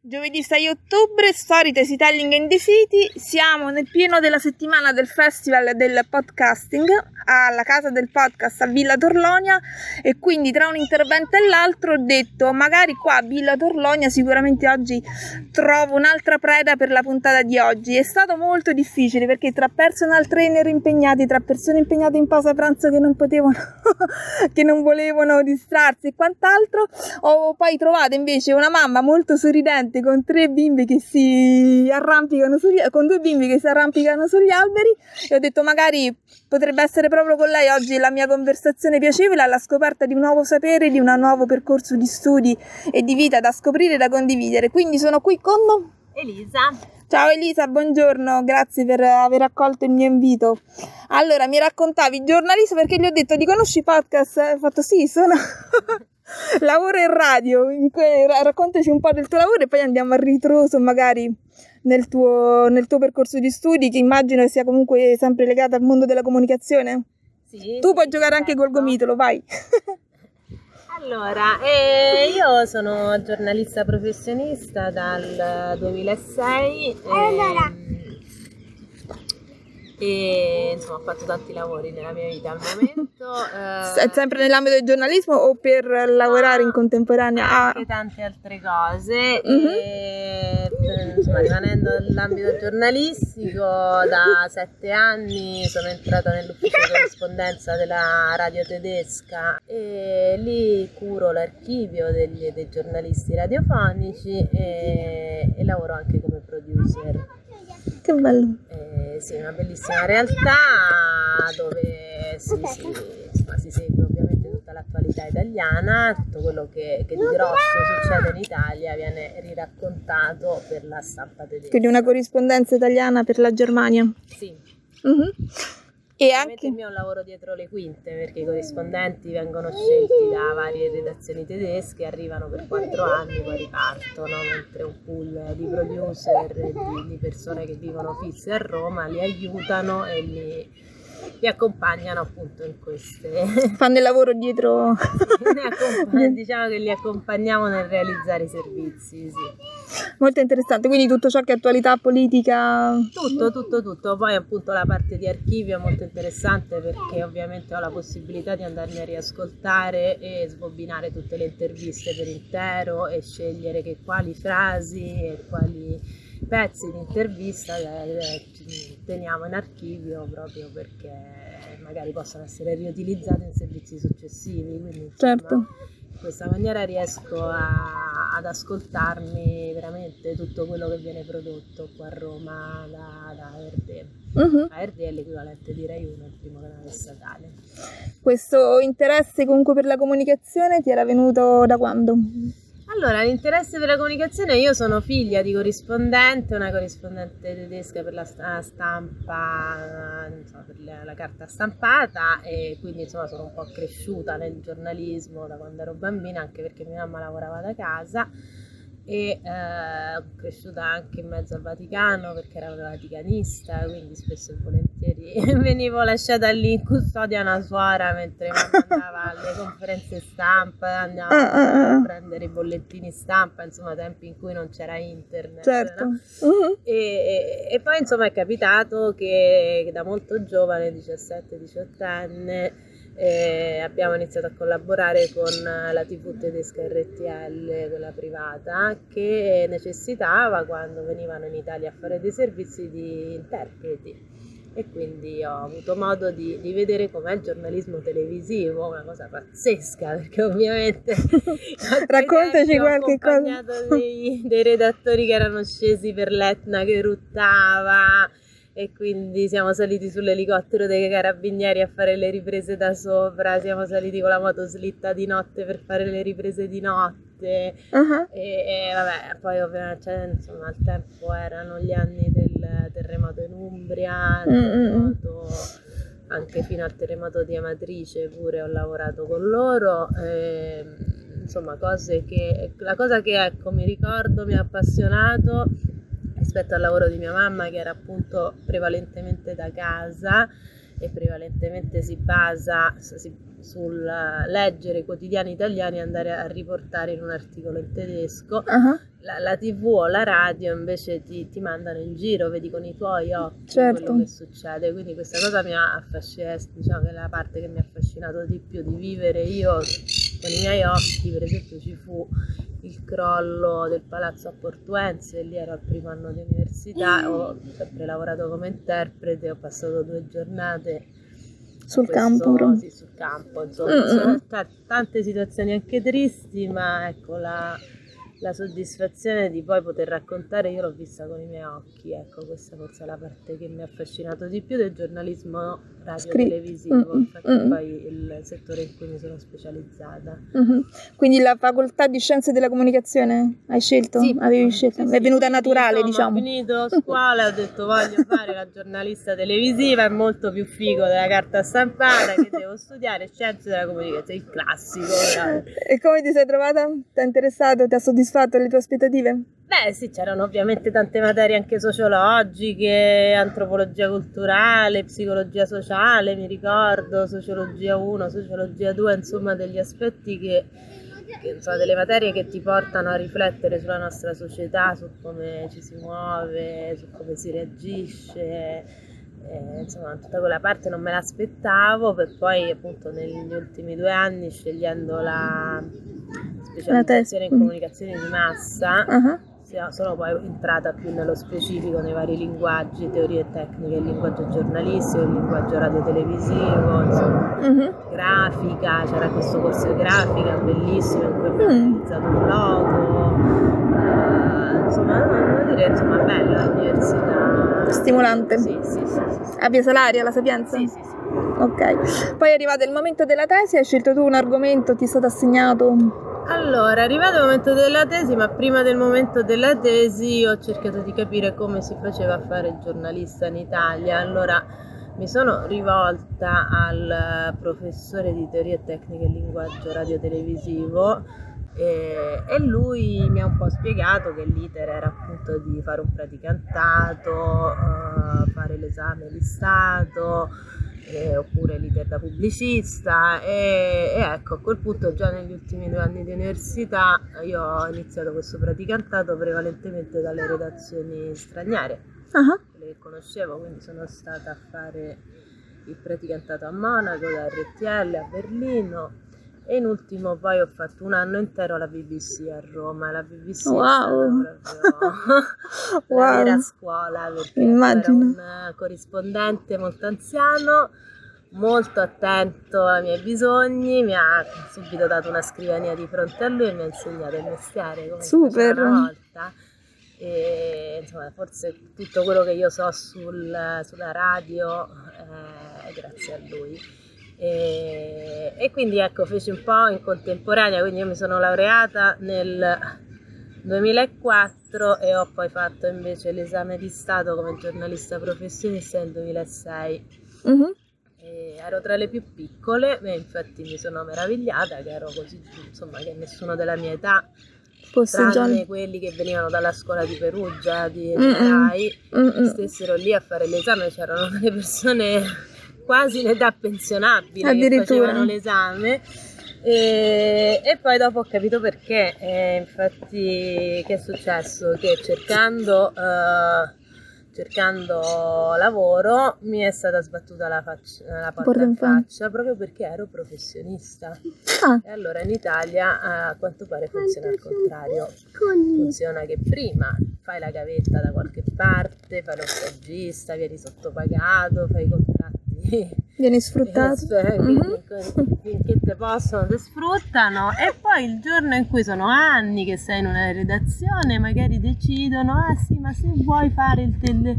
Giovedì 6 ottobre, Storytelling in the City, siamo nel pieno della settimana del Festival del Podcasting alla Casa del Podcast a Villa Torlonia e quindi tra un intervento e l'altro ho detto magari qua a Villa Torlonia sicuramente oggi trovo un'altra preda per la puntata di oggi. È stato molto difficile perché tra personal trainer impegnati, tra persone impegnate in pausa pranzo che non potevano, che non volevano distrarsi e quant'altro, ho poi trovato invece una mamma molto sorridente con tre bimbi che si arrampicano con due bimbi che si arrampicano sugli alberi e ho detto magari potrebbe essere proprio con lei oggi la mia conversazione piacevole alla scoperta di un nuovo sapere, di un nuovo percorso di studi e di vita da scoprire e da condividere. Quindi sono qui con Elisa. Ciao Elisa, buongiorno, grazie per aver accolto il mio invito. Allora, mi raccontavi giornalista perché gli ho detto: ti conosci i podcast? Ho fatto sì, sono... lavoro in radio, raccontaci un po' del tuo lavoro e poi andiamo a ritroso magari nel tuo percorso di studi, che immagino sia comunque sempre legato al mondo della comunicazione. Sì, tu puoi giocare anche col gomitolo, vai. Allora, io sono giornalista professionista dal 2006 e insomma ho fatto tanti lavori nella mia vita al momento. È sempre nell'ambito del giornalismo o per lavorare in contemporanea? Anche tante altre cose. E, insomma, rimanendo nell'ambito giornalistico, da 7 anni sono entrata nell'ufficio di corrispondenza della radio tedesca e lì curo l'archivio dei giornalisti radiofonici e lavoro anche come producer. Che bello! Sì, una bellissima realtà dove si segue ovviamente tutta l'attualità italiana, tutto quello che di grosso succede in Italia viene riraccontato per la stampa tedesca. Quindi una corrispondenza italiana per la Germania? Sì. Uh-huh. E anche il mio è un lavoro dietro le quinte perché i corrispondenti vengono scelti da varie redazioni tedesche, arrivano per 4 anni, poi ripartono, mentre un pool di producer e di persone che vivono fisse a Roma li aiutano e li accompagnano appunto in queste... Fanno il lavoro dietro... diciamo che li accompagniamo nel realizzare i servizi, sì. Molto interessante, quindi tutto ciò che è attualità politica... Tutto, poi appunto la parte di archivio è molto interessante perché ovviamente ho la possibilità di andarmi a riascoltare e sbobinare tutte le interviste per intero e scegliere quali frasi e quali pezzi di intervista teniamo in archivio proprio perché magari possono essere riutilizzati in servizi successivi, quindi insomma, certo. in questa maniera riesco ad ascoltarmi veramente tutto quello che viene prodotto qua a Roma da ARD. Uh-huh. ARD è l'equivalente di Rai 1, il primo canale statale. Questo interesse comunque per la comunicazione ti era venuto da quando? Allora, l'interesse per la comunicazione, io sono figlia di corrispondente, una corrispondente tedesca per la stampa, insomma, per la carta stampata e quindi insomma sono un po' cresciuta nel giornalismo da quando ero bambina, anche perché mia mamma lavorava da casa e cresciuta anche in mezzo al Vaticano perché ero vaticanista, quindi spesso e volentieri venivo lasciata lì in custodia a una suora mentre mamma andava alle conferenze stampa, andava a prendere i bollettini stampa, insomma tempi in cui non c'era internet, certo. No? E poi insomma è capitato che da molto giovane, 17-18enne, abbiamo iniziato a collaborare con la TV tedesca RTL, quella privata, che necessitava quando venivano in Italia a fare dei servizi di interpreti e quindi ho avuto modo di vedere com'è il giornalismo televisivo, una cosa pazzesca perché ovviamente raccontaci qualche cosa. Ho accompagnato dei redattori che erano scesi per l'Etna che eruttava e quindi siamo saliti sull'elicottero dei carabinieri a fare le riprese da sopra, siamo saliti con la motoslitta di notte per fare le riprese di notte e vabbè, poi ovviamente insomma al tempo erano gli anni del terremoto in Umbria, anche fino al terremoto di Amatrice pure ho lavorato con loro, insomma la cosa che ecco mi ricordo mi ha appassionato rispetto al lavoro di mia mamma che era appunto prevalentemente da casa e prevalentemente si basa sul leggere i quotidiani italiani e andare a riportare in un articolo in tedesco. La TV o la radio invece ti mandano in giro, vedi con i tuoi occhi quello che succede, quindi questa cosa mi ha affascinato, diciamo che è la parte che mi ha affascinato di più, di vivere io con i miei occhi. Per esempio ci fu il crollo del palazzo a Portuense, lì ero al primo anno di università, ho sempre lavorato come interprete, ho passato 2 giornate sul campo, sì, sul campo, insomma, sono tante situazioni anche tristi, ma ecco la soddisfazione di poi poter raccontare, io l'ho vista con i miei occhi, ecco, questa forse è la parte che mi ha affascinato di più del giornalismo radio-televisivo, infatti poi il settore in cui mi sono specializzata. Quindi la facoltà di Scienze della Comunicazione hai scelto? Sì, avevi scelto? È venuta naturale, diciamo. Ho finito scuola e ho detto voglio fare la giornalista televisiva, è molto più figo della carta stampata, che devo studiare Scienze della Comunicazione, il classico. E come ti sei trovata? Ti ha interessato? Ti ha soddisfatto le tue aspettative? Beh sì, c'erano ovviamente tante materie anche sociologiche, antropologia culturale, psicologia sociale, mi ricordo, sociologia 1, sociologia 2, insomma degli aspetti che insomma, delle materie che ti portano a riflettere sulla nostra società, su come ci si muove, su come si reagisce, insomma tutta quella parte non me l'aspettavo, per poi appunto negli ultimi 2 anni, scegliendo la specializzazione in comunicazione di massa, sono poi entrata più nello specifico nei vari linguaggi, teorie tecniche, il linguaggio giornalistico, il linguaggio radio-televisivo, insomma, grafica, c'era questo corso di grafica bellissimo in cui abbiamo utilizzato un logo, insomma, devo dire, insomma, bella l'università. Stimolante? Sì. A Via Salaria, alla Sapienza? Sì. Ok, poi è arrivato il momento della tesi, hai scelto tu un argomento, ti è stato assegnato? Allora, è arrivato il momento della tesi, ma prima del momento della tesi ho cercato di capire come si faceva a fare il giornalista in Italia. Allora mi sono rivolta al professore di teoria e tecniche e linguaggio radio-televisivo e lui mi ha un po' spiegato che l'iter era appunto di fare un praticantato, fare l'esame di Stato, oppure l'iter da pubblicista e ecco, a quel punto già negli ultimi 2 anni di università io ho iniziato questo praticantato prevalentemente dalle redazioni straniere, quelle che conoscevo, quindi sono stata a fare il praticantato a Monaco, da RTL a Berlino e in ultimo poi ho fatto 1 anno intero alla BBC a Roma. La BBC è stata proprio la vera scuola, perché era un corrispondente molto anziano, molto attento ai miei bisogni, mi ha subito dato una scrivania di fronte a lui e mi ha insegnato il mestiere come super una volta. E insomma, forse tutto quello che io so sulla radio è grazie a lui. E quindi ecco, feci un po' in contemporanea, quindi io mi sono laureata nel 2004 e ho poi fatto invece l'esame di Stato come giornalista professionista nel 2006. E ero tra le più piccole e infatti mi sono meravigliata che ero così, insomma, che nessuno della mia età, tranne quelli che venivano dalla scuola di Perugia, di RAI, stessero lì a fare l'esame. C'erano delle persone quasi in età pensionabile che facevano l'esame e poi dopo ho capito perché, infatti che è successo? Che cercando lavoro mi è stata sbattuta la porta in faccia proprio perché ero professionista. E allora in Italia a quanto pare funziona al contrario, funziona che prima fai la gavetta da qualche parte, fai lo stagista, vieni sottopagato, fai i contratti, vieni sfruttato finché te possono, te sfruttano e poi il giorno in cui sono anni che sei in una redazione magari decidono sì, ma se vuoi fare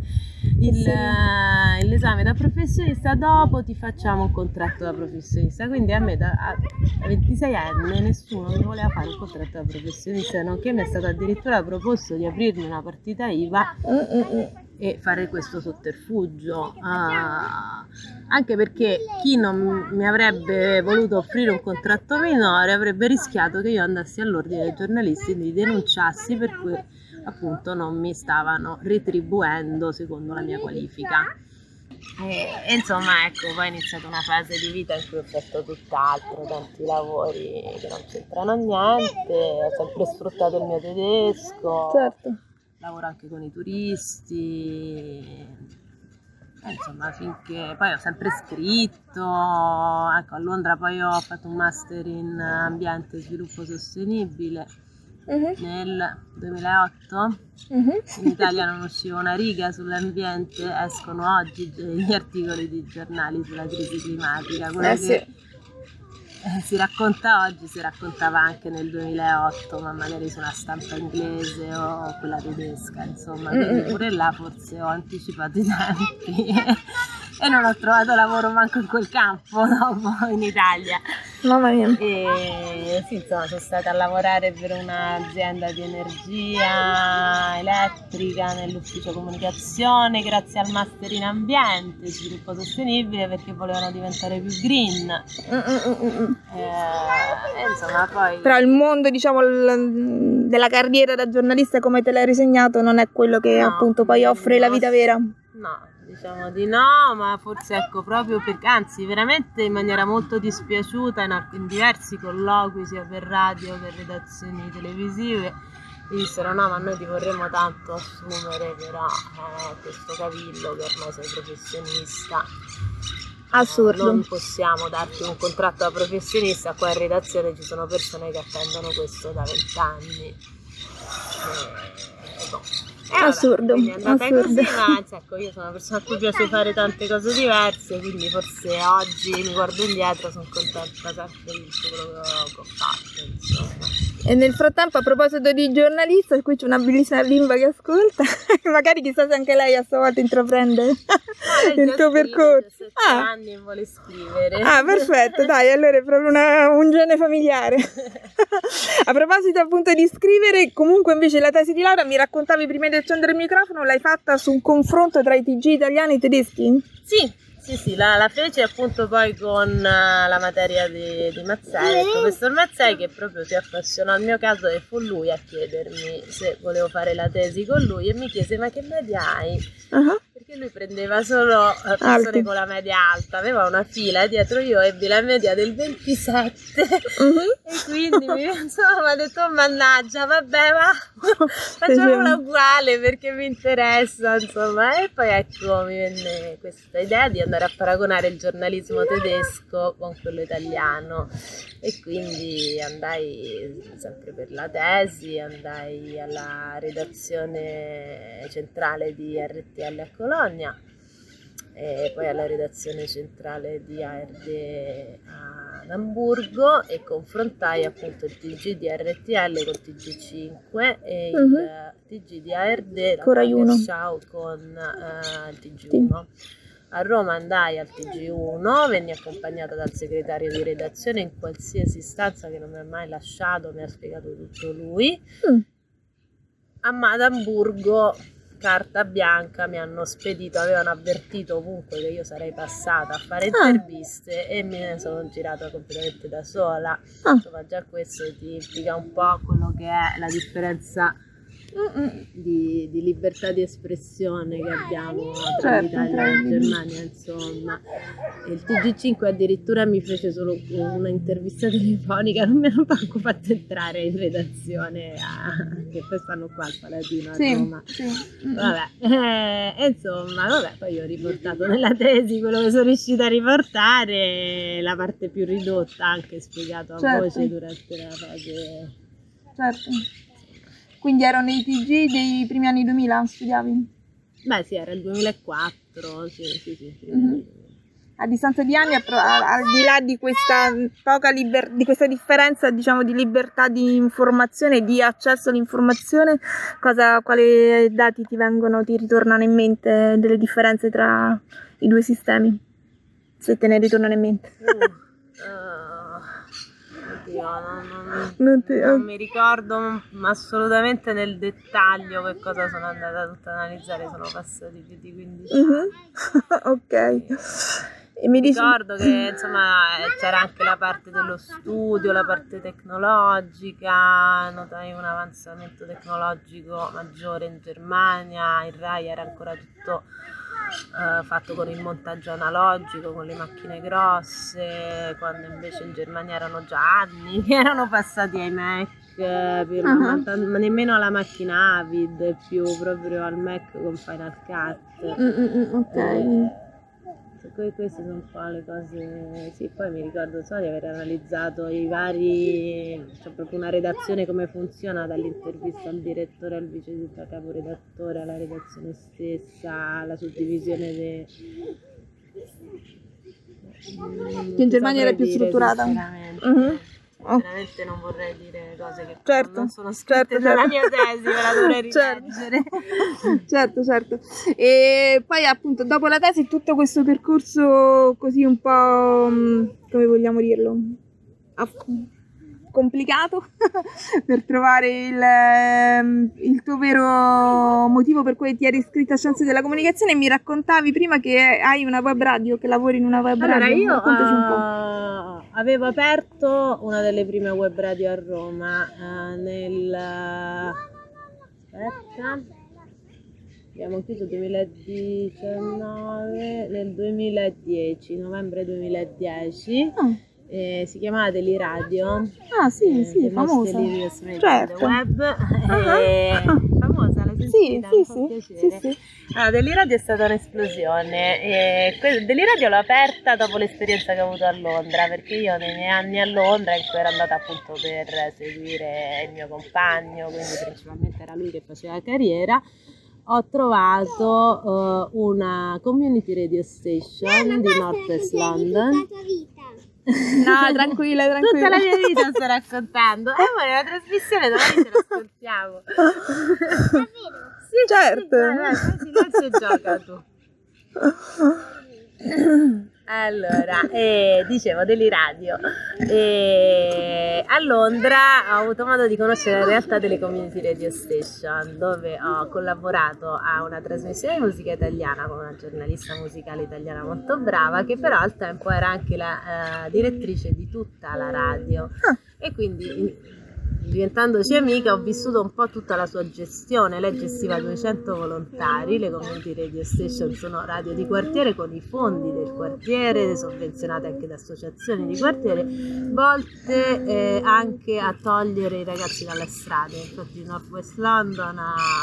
l'esame da professionista dopo ti facciamo un contratto da professionista. Quindi a me a 26 anni nessuno mi voleva fare un contratto da professionista, nonché mi è stato addirittura proposto di aprirmi una partita IVA e fare questo sotterfugio, anche perché chi non mi avrebbe voluto offrire un contratto minore avrebbe rischiato che io andassi all'ordine dei giornalisti e li denunciassi per cui appunto non mi stavano retribuendo secondo la mia qualifica. E insomma, ecco, poi è iniziata una fase di vita in cui ho fatto tutt'altro, tanti lavori che non c'entrano niente, ho sempre sfruttato il mio tedesco, Certo. lavoro anche con i turisti, insomma, finché poi ho sempre scritto, ecco, a Londra poi ho fatto un master in ambiente e sviluppo sostenibile nel 2008. In Italia non usciva una riga sull'ambiente, escono oggi gli articoli di giornali sulla crisi climatica, quello che si racconta oggi si raccontava anche nel 2008, ma magari sulla stampa inglese o quella tedesca, insomma, quindi pure là forse ho anticipato i tempi e non ho trovato lavoro manco in quel campo dopo in Italia. Mamma mia. E sì, insomma, sono stata a lavorare per un'azienda di energia elettrica nell'ufficio comunicazione grazie al master in ambiente e sviluppo sostenibile, perché volevano diventare più green. Insomma, poi... Però il mondo, diciamo, della carriera da giornalista come te l'hai risegnato non è quello che appunto poi offre la vita vera. No, diciamo di no, ma forse ecco proprio perché, anzi veramente in maniera molto dispiaciuta in diversi colloqui sia per radio che redazioni televisive mi dissero no, ma noi ti vorremmo tanto assumere, però questo cavillo che ormai sei professionista, assurdo, non possiamo darti un contratto da professionista, qua in redazione ci sono persone che attendono questo da 20 anni. Assurdo, quindi è andata assurdo. così, ma ecco, io sono una persona a cui piace fare tante cose diverse, quindi forse oggi mi guardo indietro, sono contenta sempre di tutto quello che ho fatto, insomma. E nel frattempo, a proposito di giornalista, qui c'è una bellissima bimba che ascolta, magari chissà se anche lei a sua volta intraprende il tuo percorso. 7 anni e vuole scrivere. Ah, perfetto, dai, allora è proprio un gene familiare. A proposito appunto di scrivere, comunque invece la tesi di laurea, mi raccontavi prima di accendere il microfono, l'hai fatta su un confronto tra i TG italiani e i tedeschi? Sì, la feci appunto poi con la materia di Mazzei, il professor Mazzei, che proprio si appassionò al mio caso e fu lui a chiedermi se volevo fare la tesi con lui e mi chiese ma che media hai? Perché lui prendeva solo persone con la media alta, aveva una fila e dietro io ebbi la media del 27 e quindi mi ha detto oh, mannaggia, vabbè, ma facciamola uguale perché mi interessa, insomma. E poi ecco mi venne questa idea di andare a paragonare il giornalismo tedesco con quello italiano e quindi andai sempre per la tesi, andai alla redazione centrale di RTL a Colonia e poi alla redazione centrale di ARD ad Amburgo e confrontai appunto il TG di RTL col TG5 e il TG di ARD, la Tagesschau con il TG1. A Roma andai al TG1, venni accompagnata dal segretario di redazione in qualsiasi istanza che non mi ha mai lasciato, mi ha spiegato tutto lui. Ad Amburgo, carta bianca, mi hanno spedito, avevano avvertito ovunque che io sarei passata a fare interviste e me ne sono girata completamente da sola. Insomma, già questo ti implica un po' quello che è la differenza di libertà di espressione che abbiamo tra l'Italia e la Germania, insomma. E il TG5 addirittura mi fece solo una intervista telefonica, non mi hanno manco fatto entrare in redazione che poi stanno qua al Palatino a Roma. Vabbè, insomma, poi io ho riportato nella tesi quello che sono riuscita a riportare, la parte più ridotta anche spiegato a voce durante la fase. Quindi erano i TG dei primi anni 2000, studiavi? Beh sì, era il 2004, sì. A distanza di anni, al di là di questa di questa differenza, diciamo, di libertà di informazione, di accesso all'informazione, quali dati ti ritornano in mente delle differenze tra i due sistemi? Se te ne ritornano in mente. Non mi ricordo assolutamente nel dettaglio che cosa sono andata tutta ad analizzare, sono passati più di 15 anni. Ok. E mi ricordo che insomma c'era anche la parte dello studio, la parte tecnologica, notai un avanzamento tecnologico maggiore in Germania, il RAI era ancora tutto fatto con il montaggio analogico, con le macchine grosse, quando invece in Germania erano già anni che erano passati ai Mac, ma nemmeno alla macchina Avid, più proprio al Mac con Final Cut. Ok. Queste sono un po' le cose. Sì, poi mi ricordo di aver analizzato i vari, c'è proprio una redazione, come funziona, dall'intervista al direttore, al vice caporedattore, alla redazione stessa, alla suddivisione che in Germania era più strutturata. Veramente non vorrei dire cose che non sono scritte nella mia tesi, me la dovrei rileggere. Certo. E poi appunto dopo la tesi tutto questo percorso così un po', come vogliamo dirlo, complicato per trovare il tuo vero motivo per cui ti eri iscritta a Scienze della Comunicazione. Mi raccontavi prima che hai una web radio, che lavori in una web radio. Io raccontaci un po'. Avevo aperto una delle prime web radio a Roma abbiamo chiuso 2019, nel 2010, novembre 2010. Si chiamava Deliradio. Sì, famosa. Certo. Web. Famosa, l'hai sentita? Sì. Allora, Deliradio è stata un'esplosione. Deliradio l'ho aperta dopo l'esperienza che ho avuto a Londra, perché io nei miei anni a Londra, in cui ero andata appunto per seguire il mio compagno, quindi principalmente era lui che faceva carriera, ho trovato una community radio station di North West London. No, tranquilla. Tutta la mia vita sto raccontando. Poi è una trasmissione, domani ce l'ascoltiamo. Davvero? Sì, certo. Silenzio e gioca tu. Allora, dicevo Deliradio. A Londra ho avuto modo di conoscere la realtà delle community radio station, dove ho collaborato a una trasmissione di musica italiana con una giornalista musicale italiana molto brava, che però al tempo era anche la direttrice di tutta la radio. E quindi, diventandoci amica, ho vissuto un po' tutta la sua gestione. Lei gestiva 200 volontari, le community radio station sono radio di quartiere con i fondi del quartiere, sovvenzionate anche da associazioni di quartiere, volte anche a togliere i ragazzi dalle strade. Infatti North West London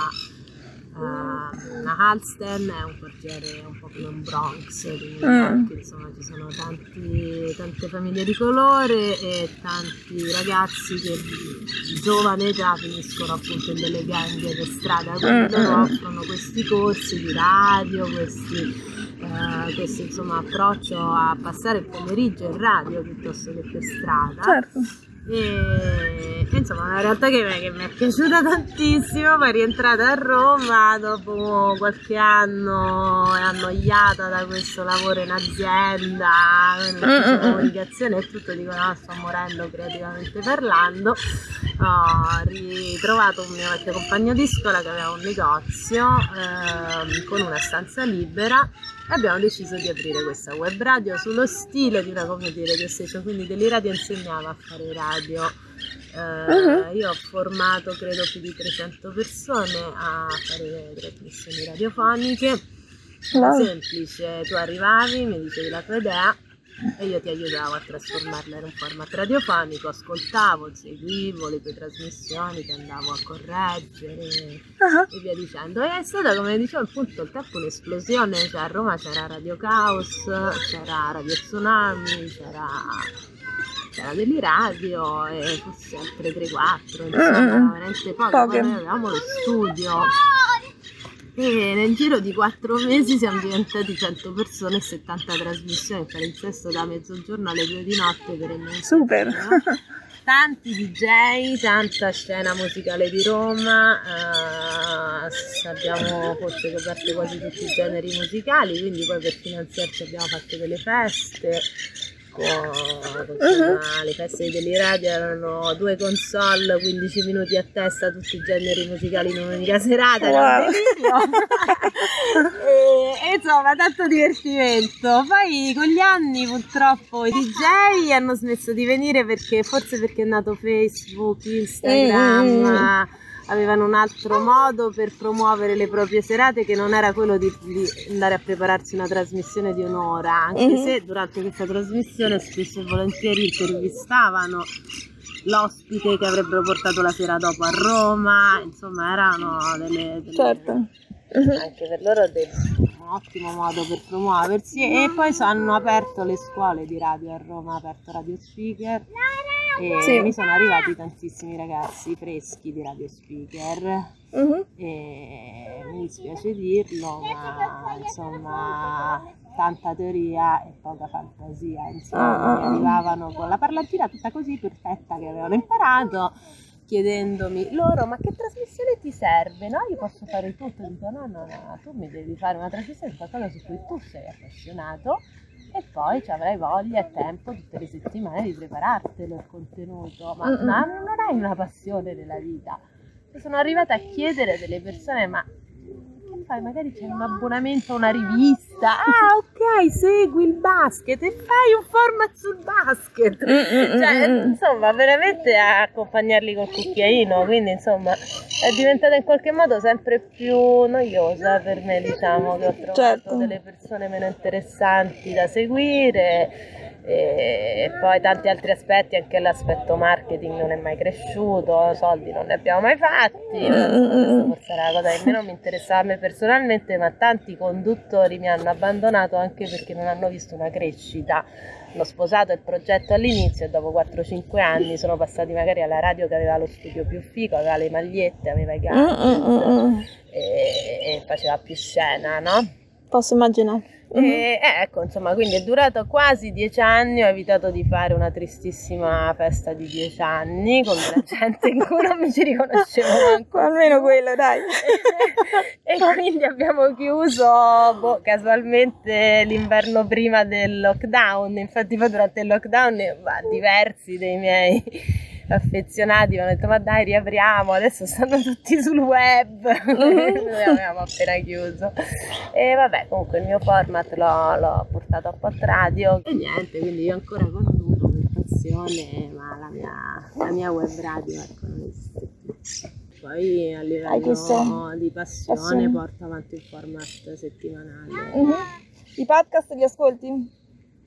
a Halston è un quartiere un po' come un Bronx, quindi insomma ci sono tante famiglie di colore e tanti ragazzi che di giovane età finiscono appunto in delle gang per strada, quindi loro offrono questi corsi di radio, questo insomma approccio a passare il pomeriggio in radio piuttosto che per strada. Certo. E insomma una realtà che mi è piaciuta tantissimo. Poi rientrata a Roma dopo qualche anno, è annoiata da questo lavoro in azienda, in comunicazione e tutto, dico no, sto morendo creativamente parlando. Ho ritrovato un mio vecchio compagno di scuola che aveva un negozio con una stanza libera e abbiamo deciso di aprire questa web radio sullo stile di una community radio station, quindi Deliradio insegnava a fare radio. Io ho formato credo più di 300 persone a fare trasmissioni radiofoniche. Semplice, tu arrivavi, mi dicevi la tua idea e io ti aiutavo a trasformarla in un format radiofonico, ascoltavo, seguivo le tue trasmissioni, ti andavo a correggere e via dicendo. E è stata, come dicevo, appunto il tempo un'esplosione. Cioè, a Roma c'era Radio Caos, c'era Radio Tsunami, c'era Deliradio e forse altre 3-4, insomma, veramente poche. Poi noi avevamo lo studio e nel giro di 4 mesi siamo diventati 100 persone e 70 trasmissioni, per il sesto da mezzogiorno alle 2 di notte per il mese. Super! Tanti DJ, tanta scena musicale di Roma, abbiamo forse coperto quasi tutti i generi musicali, quindi poi per finanziarci abbiamo fatto delle feste. Le feste di Deliradio erano 2 console, 15 minuti a testa, tutti i generi musicali in un'unica serata. Wow. e insomma tanto divertimento. Poi con gli anni purtroppo i DJ hanno smesso di venire perché è nato Facebook, Instagram, avevano un altro modo per promuovere le proprie serate, che non era quello di andare a prepararsi una trasmissione di un'ora, anche se durante questa trasmissione spesso e volentieri intervistavano l'ospite che avrebbero portato la sera dopo a Roma, insomma erano delle Certo. anche per loro un ottimo modo per promuoversi. E poi hanno aperto le scuole di radio a Roma, ha aperto Radio Speaker e Sì. mi sono arrivati tantissimi ragazzi freschi di Radio Speaker e mi dispiace dirlo, ma insomma tanta teoria e poca fantasia, insomma mi arrivavano con la parlantina tutta così perfetta che avevano imparato, chiedendomi loro: ma che trasmissione ti serve? No, io posso fare tutto. Dico no, tu mi devi fare una trasmissione di qualcosa su cui tu sei appassionato e poi ci avrai voglia e tempo tutte le settimane di preparartelo il contenuto, ma non hai una passione nella vita. E sono arrivata a chiedere delle persone: ma che fai? Magari c'è un abbonamento a una rivista, ok, segui il basket e fai un format sul basket, cioè insomma veramente a accompagnarli col cucchiaino, quindi insomma è diventata in qualche modo sempre più noiosa per me, diciamo, che ho trovato delle persone meno interessanti da seguire. E poi tanti altri aspetti, anche l'aspetto marketing non è mai cresciuto, soldi non ne abbiamo mai fatti, questa forse era la cosa che meno mi interessava a me personalmente, ma tanti conduttori mi hanno abbandonato anche perché non hanno visto una crescita. Hanno sposato il progetto all'inizio e dopo 4-5 anni sono passati magari alla radio che aveva lo studio più figo, aveva le magliette, aveva i gadget e faceva più scena, no? Posso immaginare. E ecco, insomma, quindi è durato quasi 10 anni, ho evitato di fare una tristissima festa di 10 anni con della gente in cui non mi ci riconoscevo manco. Almeno quello, dai. E quindi abbiamo chiuso casualmente l'inverno prima del lockdown. Infatti poi durante il lockdown diversi dei miei affezionati mi hanno detto: ma dai, riapriamo, adesso stanno tutti sul web. Noi avevamo appena chiuso. E vabbè, comunque il mio format l'ho portato a Pot Radio e niente, quindi io ancora conduco per passione, ma la mia web radio, ecco, non esiste più. Poi a livello di passione porto avanti un format settimanale. I podcast li ascolti?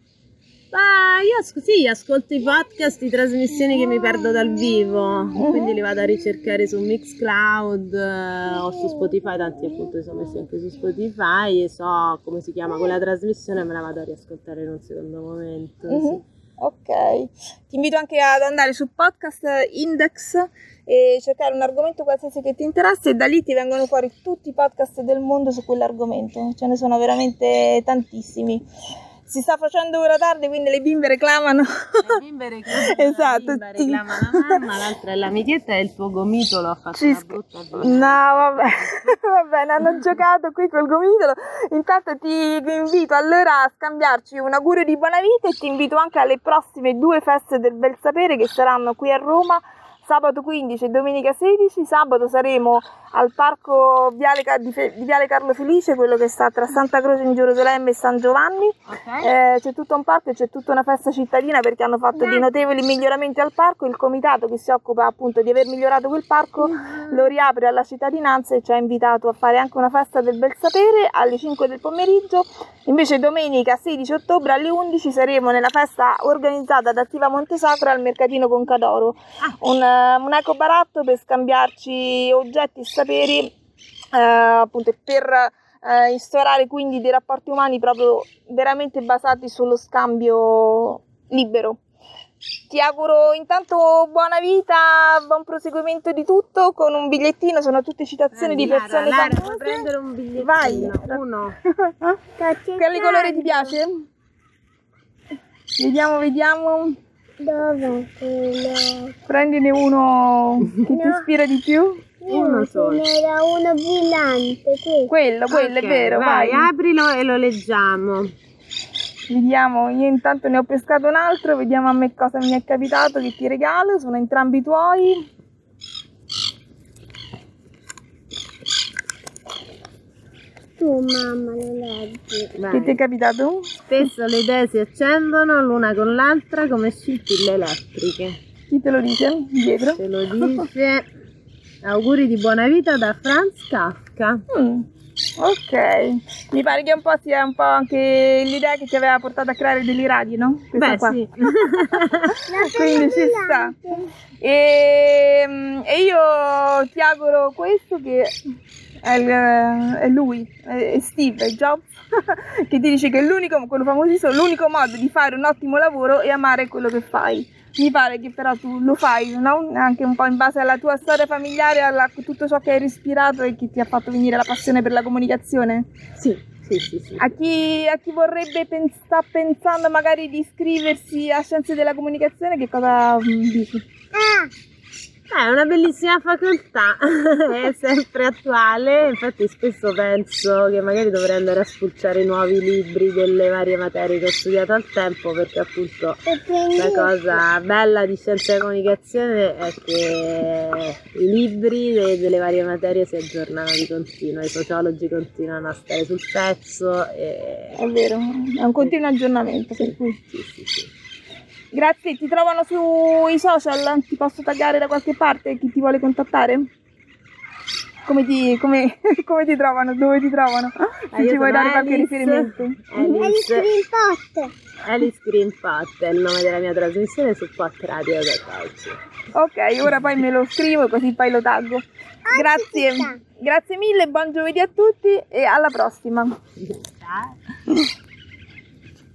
Io ascolto i podcast di trasmissioni che mi perdo dal vivo, quindi li vado a ricercare su Mixcloud o su Spotify, tanti appunto li sono messi anche su Spotify e so come si chiama quella trasmissione, me la vado a riascoltare in un secondo momento. Sì. Ok, ti invito anche ad andare su Podcast Index e cercare un argomento qualsiasi che ti interessi e da lì ti vengono fuori tutti i podcast del mondo su quell'argomento, ce ne sono veramente tantissimi. Si sta facendo ora tardi, quindi le bimbe reclamano. Le bimbe reclamano. Esatto. La bimba reclama la mamma, l'altra è l'amichetta e il tuo gomitolo ha fatto una brutta vita. No, vabbè, va bene, hanno giocato qui col gomitolo. Intanto ti invito allora a scambiarci un augurio di buona vita e ti invito anche alle prossime 2 feste del Bel Sapere che saranno qui a Roma. Sabato 15 e domenica 16, sabato saremo al parco di Viale Carlo Felice, quello che sta tra Santa Croce in Gerusalemme e San Giovanni. Okay. C'è tutto un parco e c'è tutta una festa cittadina perché hanno fatto dei notevoli miglioramenti al parco. Il comitato che si occupa appunto di aver migliorato quel parco lo riapre alla cittadinanza e ci ha invitato a fare anche una festa del Bel Sapere alle 5 del pomeriggio. Invece domenica 16 ottobre alle 11 saremo nella festa organizzata da Attiva Montesacro al Mercatino Concadoro. Un ecobaratto per scambiarci oggetti e saperi appunto per instaurare quindi dei rapporti umani proprio veramente basati sullo scambio libero. Ti auguro intanto buona vita, buon proseguimento di tutto con un bigliettino, sono tutte citazioni di persone famose. Puoi prendere un bigliettino? Vai! Uno. Quale colore ti piace? Vediamo. Dove quello? Prendine uno che ti ispira di più. Uno solo. Era uno brillante, Quello Okay, è vero, vai. Aprilo e lo leggiamo. Vediamo, io intanto ne ho pescato un altro, vediamo a me cosa mi è capitato che ti regalo, sono entrambi tuoi. Tu mamma lo leggi. Che ti è capitato? Spesso le idee si accendono l'una con l'altra come scintille elettriche. Chi te lo dice? Dietro? Te lo dice Auguri di buona vita da Franz Kafka. Ok, mi pare che un po' sia un po' anche l'idea che ti aveva portato a creare Deliradi, no? Questa qua. Sì. Quindi ci sta. E io ti auguro questo, che è lui, è Steve Jobs, che ti dice che quello famosissimo, l'unico modo di fare un ottimo lavoro è amare quello che fai. Mi pare che però tu lo fai, no? Anche un po' in base alla tua storia familiare, a tutto ciò che hai respirato e che ti ha fatto venire la passione per la comunicazione. Sì. A chi vorrebbe sta pensando magari di iscriversi a Scienze della Comunicazione, che cosa dici? È una bellissima facoltà, è sempre attuale, infatti spesso penso che magari dovrei andare a spulciare i nuovi libri delle varie materie che ho studiato al tempo, perché appunto la cosa bella di Scienze della Comunicazione è che i libri delle varie materie si aggiornano di continuo, i sociologi continuano a stare sul pezzo. È vero, è un continuo aggiornamento, per cui. Sì. Grazie, ti trovano sui social? Ti posso taggare da qualche parte chi ti vuole contattare? Come ti trovano? Dove ti trovano? Se ci vuoi dare qualche riferimento. Alice Green Pot è il nome della mia trasmissione su Pot Radio da Calcio. Ok, ora poi me lo scrivo così poi lo taggo. Grazie mille, buon giovedì a tutti e alla prossima. Ciao.